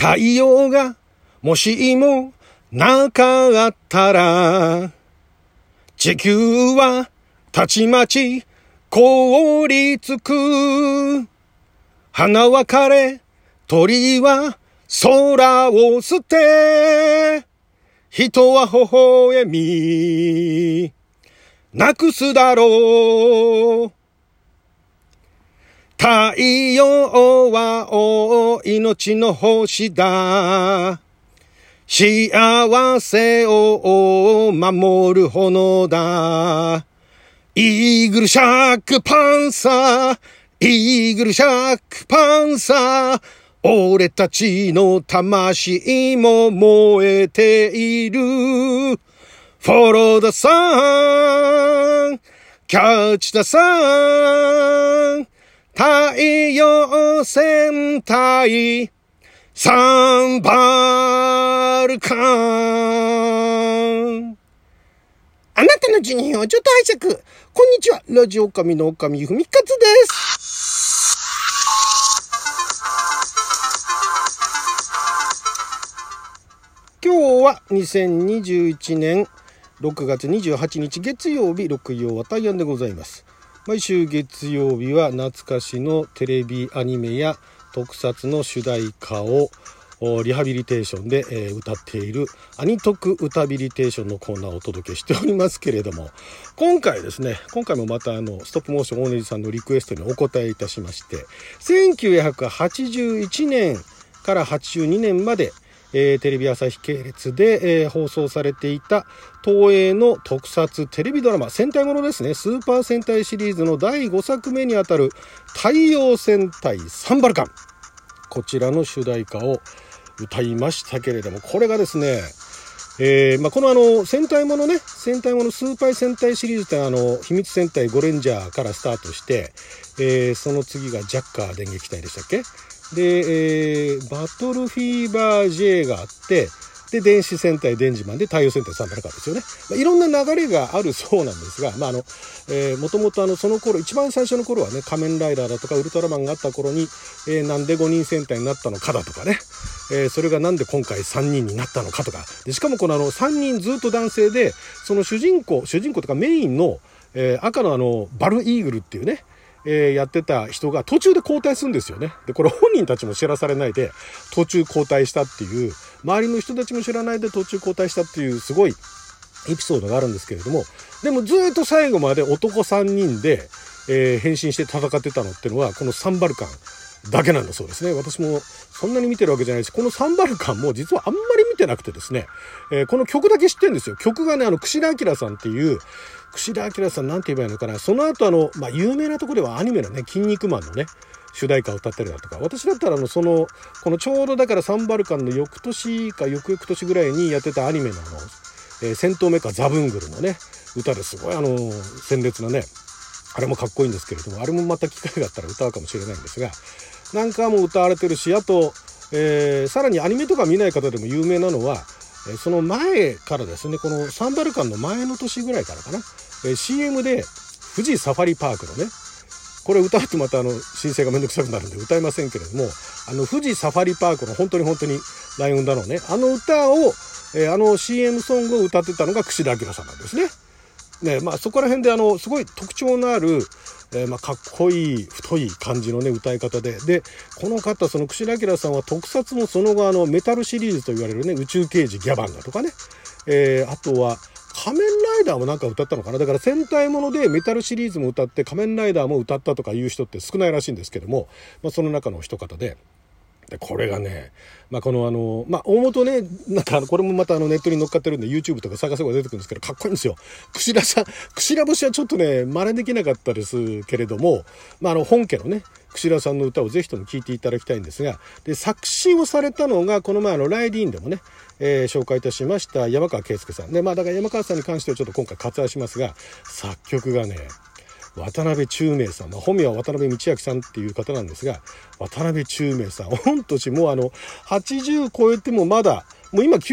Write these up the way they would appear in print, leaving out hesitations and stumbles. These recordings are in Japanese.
太陽がもしもなかったら、地球はたちまち凍りつく。花は枯れ、鳥は空を捨て、人は微笑み、なくすだろう。太陽は命の星だ。幸せを守る炎だ。イーグルシャークパンサー、イーグルシャークパンサー、俺たちの魂も燃えている。Follow the sun, catch the sun、太陽戦隊サンバルカン。あなたの12分をちょっと拝借。こんにちは、ラジオ神の神ふみかつです。今日は2021年6月28日月曜日、六曜は大安でございます。毎週月曜日は懐かしのテレビアニメや特撮の主題歌をリハビリテーションで歌っているアニトク歌ビリテーションのコーナーをお届けしておりますけれども、今回もまたストップモーション大根さんのリクエストにお答えいたしまして、1981年から82年までテレビ朝日系列で、放送されていた東映の特撮テレビドラマ、戦隊ものですね、スーパー戦隊シリーズの第5作目にあたる太陽戦隊サンバルカン、こちらの主題歌を歌いましたけれども、これがですね、この戦隊ものスーパー戦隊シリーズって秘密戦隊ゴレンジャーからスタートして、その次がジャッカー電撃隊でしたっけで、バトルフィーバー J があって、で電子戦隊デンジマンで太陽戦隊サンバルカンですよね。いろんな流れがあるそうなんですが、もともとその頃、一番最初の頃はね、仮面ライダーだとかウルトラマンがあった頃に、なんで5人戦隊になったのかだとかね、それがなんで今回3人になったのかとか、でしかもこの3人ずっと男性で、その主人公とかメインの、赤のバルイーグルっていうね、やってた人が途中で交代するんですよね。でこれ本人たちも知らされないで途中交代したっていう、周りの人たちも知らないで途中交代したっていうすごいエピソードがあるんですけれども、でもずっと最後まで男3人で、変身して戦ってたのっていうのはこのサンバルカンだけなんだそうですね。私もそんなに見てるわけじゃないし、このサンバルカンも実はあんまり見てなくてですね、この曲だけ知ってるんですよ。曲がね、櫛田明さんっていう、櫛田明さんなんて言えばいいのかな、その後有名なところではアニメのね、筋肉マンのね主題歌を歌ったりだとか、私だったらこのちょうどだからサンバルカンの翌年か翌々年ぐらいにやってたアニメの戦闘メカザブングルのね歌ですごい鮮烈なね、あれもかっこいいんですけれども、あれもまた機会があったら歌うかもしれないんですが、なんかも歌われてるし、あと、さらにアニメとか見ない方でも有名なのは、その前からですね、このサンバルカンの前の年ぐらいからかな、CM で富士サファリパークのね、これ歌うとまた申請がめんどくさくなるんで歌いませんけれども、富士サファリパークの本当にライオンだろうね、歌を、CM ソングを歌ってたのが櫛田明さんなんですね。そこら辺ですごい特徴のある、かっこいい太い感じのね歌い方で、この方、その櫛田明さんは特撮もその後メタルシリーズと言われるね、宇宙刑事ギャバンガとかね、あとは仮面ライダーもなんか歌ったのかな。だから戦隊ものでメタルシリーズも歌って仮面ライダーも歌ったとかいう人って少ないらしいんですけども、その中の一方で、これがね、この大元ね、なんかこれもまたネットに乗っかってるんで YouTube とか探せば出てくるんですけど、かっこいいんですよ。櫛田節はちょっとね真似できなかったですけれども、本家のね櫛田さんの歌をぜひとも聴いていただきたいんですが、で作詞をされたのがこの前ライディーンでもね、紹介いたしました山川圭介さんで、だから山川さんに関してはちょっと今回割愛しますが、作曲がね渡辺忠明さん、本名は渡辺道明さんっていう方なんですが、渡辺忠明さん、御年もう80超えてもまだ、もう今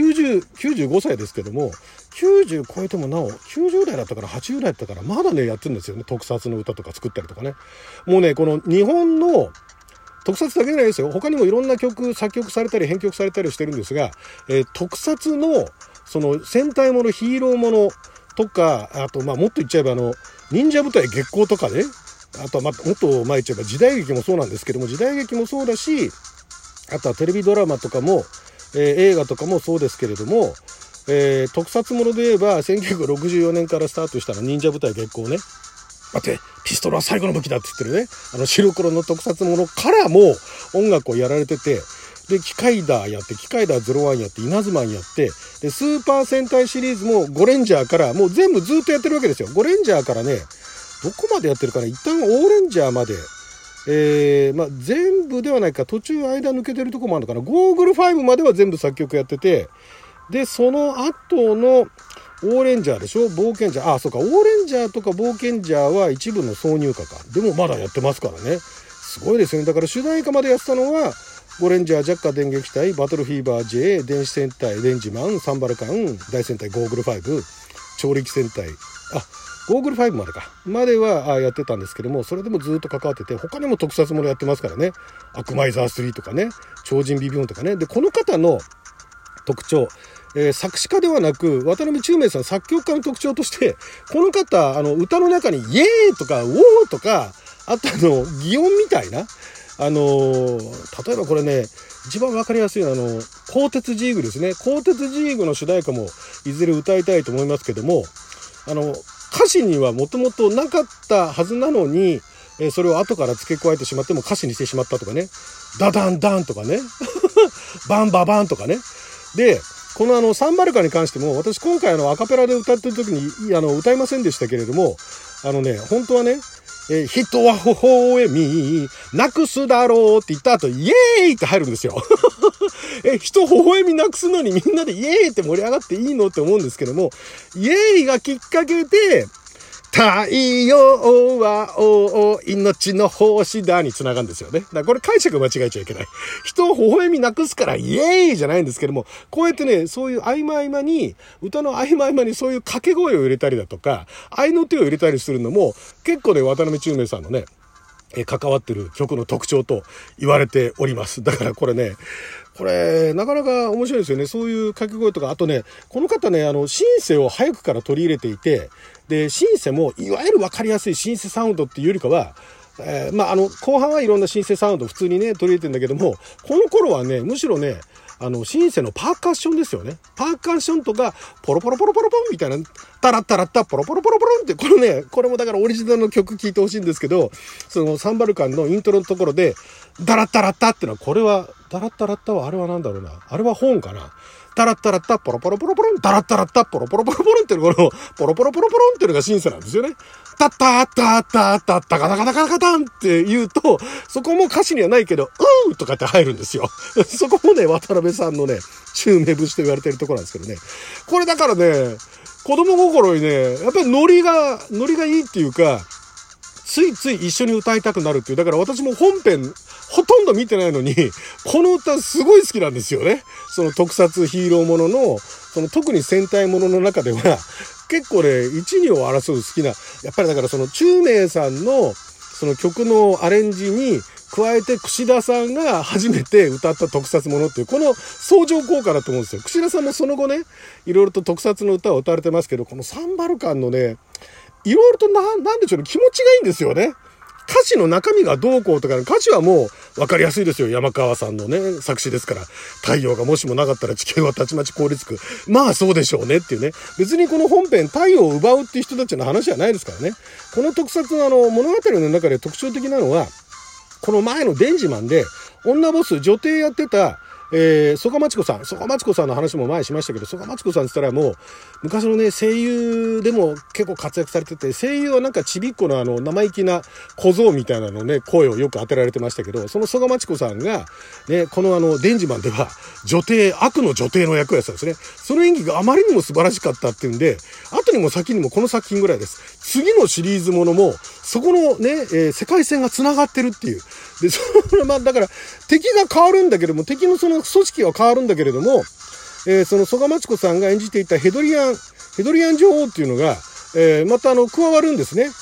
95歳ですけども、90超えてもなお90代だったから80代だったからまだねやってるんですよね。特撮の歌とか作ったりとかね。もうね、この日本の特撮だけじゃないですよ。他にもいろんな曲作曲されたり編曲されたりしてるんですが、特撮のその戦隊ものヒーローものとか、あともっと言っちゃえば忍者部隊月光とかね、あとはもっと前言っちゃえば時代劇もそうなんですけども、時代劇もそうだし、あとはテレビドラマとかも、映画とかもそうですけれども、特撮もので言えば1964年からスタートした忍者部隊月光ね、待ってピストルは最後の武器だって言ってるね、白黒の特撮ものからも音楽をやられてて、でキカイダーやって、キカイダー01やって、イナズマンやって、でスーパー戦隊シリーズもゴレンジャーからもう全部ずっとやってるわけですよ。ゴレンジャーからね、どこまでやってるかな、一旦オーレンジャーまで、全部ではないか、途中間抜けてるとこもあるのかな。ゴーグル5までは全部作曲やってて、でその後のオーレンジャーでしょ、冒険者、そうか、オーレンジャーとか冒険者は一部の挿入歌か。でもまだやってますからね、すごいですよね。だから主題歌までやってたのはゴレンジャー、ジャッカー電撃隊、バトルフィーバー J、電子戦隊デンジマン、サンバルカン、大戦隊ゴーグル5、超力戦隊、ゴーグル5まではやってたんですけども、それでもずっと関わってて、他にも特撮ものやってますからね、アクマイザー3とかね、超人ビビオンとかね。でこの方の特徴、作詞家ではなく渡辺宙明さん作曲家の特徴として、この方歌の中にイエーイとかウォーとか、あと擬音みたいな、例えばこれね、一番わかりやすいのは鋼鉄ジーグですね。鋼鉄ジーグの主題歌もいずれ歌いたいと思いますけども、歌詞にはもともとなかったはずなのに、それを後から付け加えてしまっても歌詞にしてしまったとかね、ダダンダンとかねバンババンとかね。でこのサンバルカに関しても、私今回アカペラで歌ってる時に歌いませんでしたけれども、本当はね、人は微笑みなくすだろうって言った後、イエーイって入るんですよ人微笑みなくすのにみんなでイエーイって盛り上がっていいのって思うんですけども、イエーイがきっかけで太陽は命の星だにつながるんですよね。だからこれ解釈間違えちゃいけない。人を微笑みなくすからイエーイじゃないんですけども、こうやってね、そういう合間合間に、歌の合間合間にそういう掛け声を入れたりだとか、合いの手を入れたりするのも結構ね、渡辺宙明さんのね、関わってる曲の特徴と言われております。だからこれね、なかなか面白いですよね。そういう掛け声とか、あとね、この方ね、シンセを早くから取り入れていて、で、シンセもいわゆる分かりやすいシンセサウンドっていうよりかは、後半はいろんなシンセサウンド普通にね、取り入れてるんだけども、この頃はね、むしろね、シンセのパーカッションですよね。パーカッションとか、ポロポロポロポロポンみたいな、タラッタラッタ、ポロポロポロポロンって、これもだからオリジナルの曲聴いてほしいんですけど、そのサンバルカンのイントロのところで、ダラッタラッタってのは、これは、ダラッタラッタは、あれはなんだろうな。あれは本かな。タラッタラッタ、ポロポロポロポロン、ダラッタラッタ、ポロポロポロポロンっていうの、ポロポロポロポロンっていうのがシンセなんですよね。タッタッタッタッタッタカタカタカタタンって言うと、そこも歌詞にはないけど、とかって入るんですよ。そこもね、渡辺さんのね、襲名節と言われてるところなんですけどね。これだからね、子供心にね、やっぱりノリがいいっていうか、ついつい一緒に歌いたくなるっていう。だから私も本編、ほとんど見てないのに、この歌すごい好きなんですよね。その特撮ヒーローものの、特に戦隊ものの中では、結構ね、一二を争う好きな、やっぱりだから宙明さんの、その曲のアレンジに、加えて串田さんが初めて歌った特撮ものっていう、この相乗効果だと思うんですよ。串田さんもその後ね、いろいろと特撮の歌を歌われてますけど、このサンバルカンのね、いろいろとなんでしょうね、気持ちがいいんですよね。歌詞の中身がどうこうとか、歌詞はもう分かりやすいですよ。山川さんのね、作詞ですから。太陽がもしもなかったら地球はたちまち凍りつく。まあそうでしょうねっていうね。別にこの本編、太陽を奪うっていう人たちの話じゃないですからね。この特撮の物語の中で特徴的なのは、この前のデンジマンで、女ボス、女帝やってた、曽我真知子さんの話も前しましたけど、曽我真知子さんって言ったらもう昔のね、声優でも結構活躍されてて、声優はなんかちびっこの生意気な小僧みたいなのね、声をよく当てられてましたけど、その曽我真知子さんがね、このデンジマンでは悪の女帝の役をやってたんですね。その演技があまりにも素晴らしかったっていうんで、後にも先にもこの作品ぐらいです。次のシリーズものもそこのね、世界線が繋がってるっていう。で、だから敵が変わるんだけども、敵のその組織は変わるんだけれども、その曽我真知子さんが演じていたヘドリアン女王っていうのが、また加わるんですね。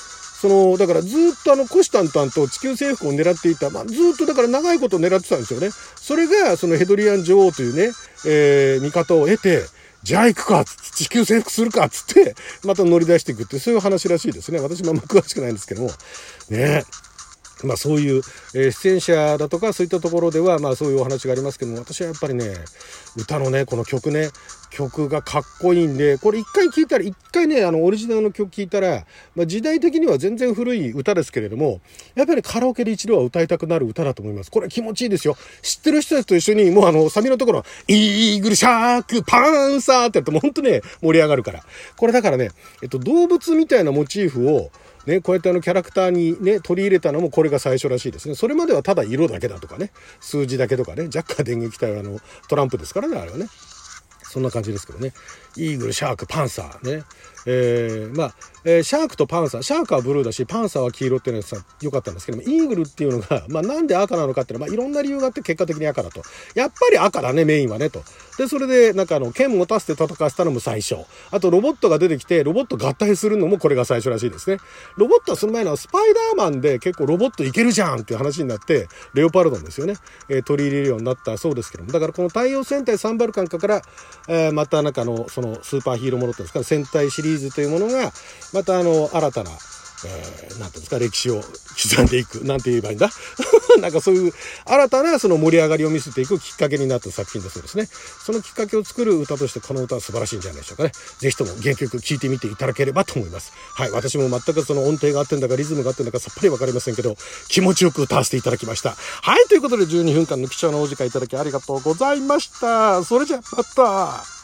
だからずっと虎視眈々と地球征服を狙っていた、ずっとだから長いこと狙ってたんですよね。それが、ヘドリアン女王というね、味方を得て、じゃあ行くか地球征服するかつって、また乗り出していくって、そういう話らしいですね。私もあんま詳しくないんですけども。ね。そういう、出演者だとかそういったところではそういうお話がありますけども、私はやっぱりね、歌のね、この曲がかっこいいんで、これ一回ね、オリジナルの曲聴いたら、時代的には全然古い歌ですけれども、やっぱりカラオケで一度は歌いたくなる歌だと思います。これ気持ちいいですよ。知ってる人たちと一緒に、もうサビのところ、イーグル、シャーク、パンサーってやるともうほんとね、盛り上がるから。これだからね、動物みたいなモチーフを、ね、こうやってキャラクターにね、取り入れたのもこれが最初らしいですね。それまではただ色だけだとかね、数字だけとかね、ジャッカー電撃隊はトランプですからね、あれはね。そんな感じですけどね。イーグル、シャーク、パンサーね。シャークとパンサー、シャークはブルーだし、パンサーは黄色っていうのは良かったんですけども、イーグルっていうのが、なんで赤なのかっていうのは、いろんな理由があって結果的に赤だと。やっぱり赤だね、メインはね、と。で、それで、剣持たせて戦わせたのも最初。あと、ロボットが出てきて、ロボット合体するのもこれが最初らしいですね。ロボットはその前のスパイダーマンで結構ロボットいけるじゃんっていう話になって、レオパルドンですよね。取り入れるようになったそうですけども。だからこの太陽戦隊サンバルカンカから、またそのスーパーヒーローものっていうんですか、戦隊シリーズというものが、また新たな、なんていうんですか、歴史を刻んでいく。なんて言えばいいんだそういう新たな盛り上がりを見せていくきっかけになった作品だそうですね。そのきっかけを作る歌としてこの歌は素晴らしいんじゃないでしょうかね。ぜひとも原曲聴いてみていただければと思います。はい。私も全く音程が合ってんだかリズムが合ってんだかさっぱりわかりませんけど、気持ちよく歌わせていただきました。はい。ということで12分間の貴重なお時間いただきありがとうございました。それじゃまた。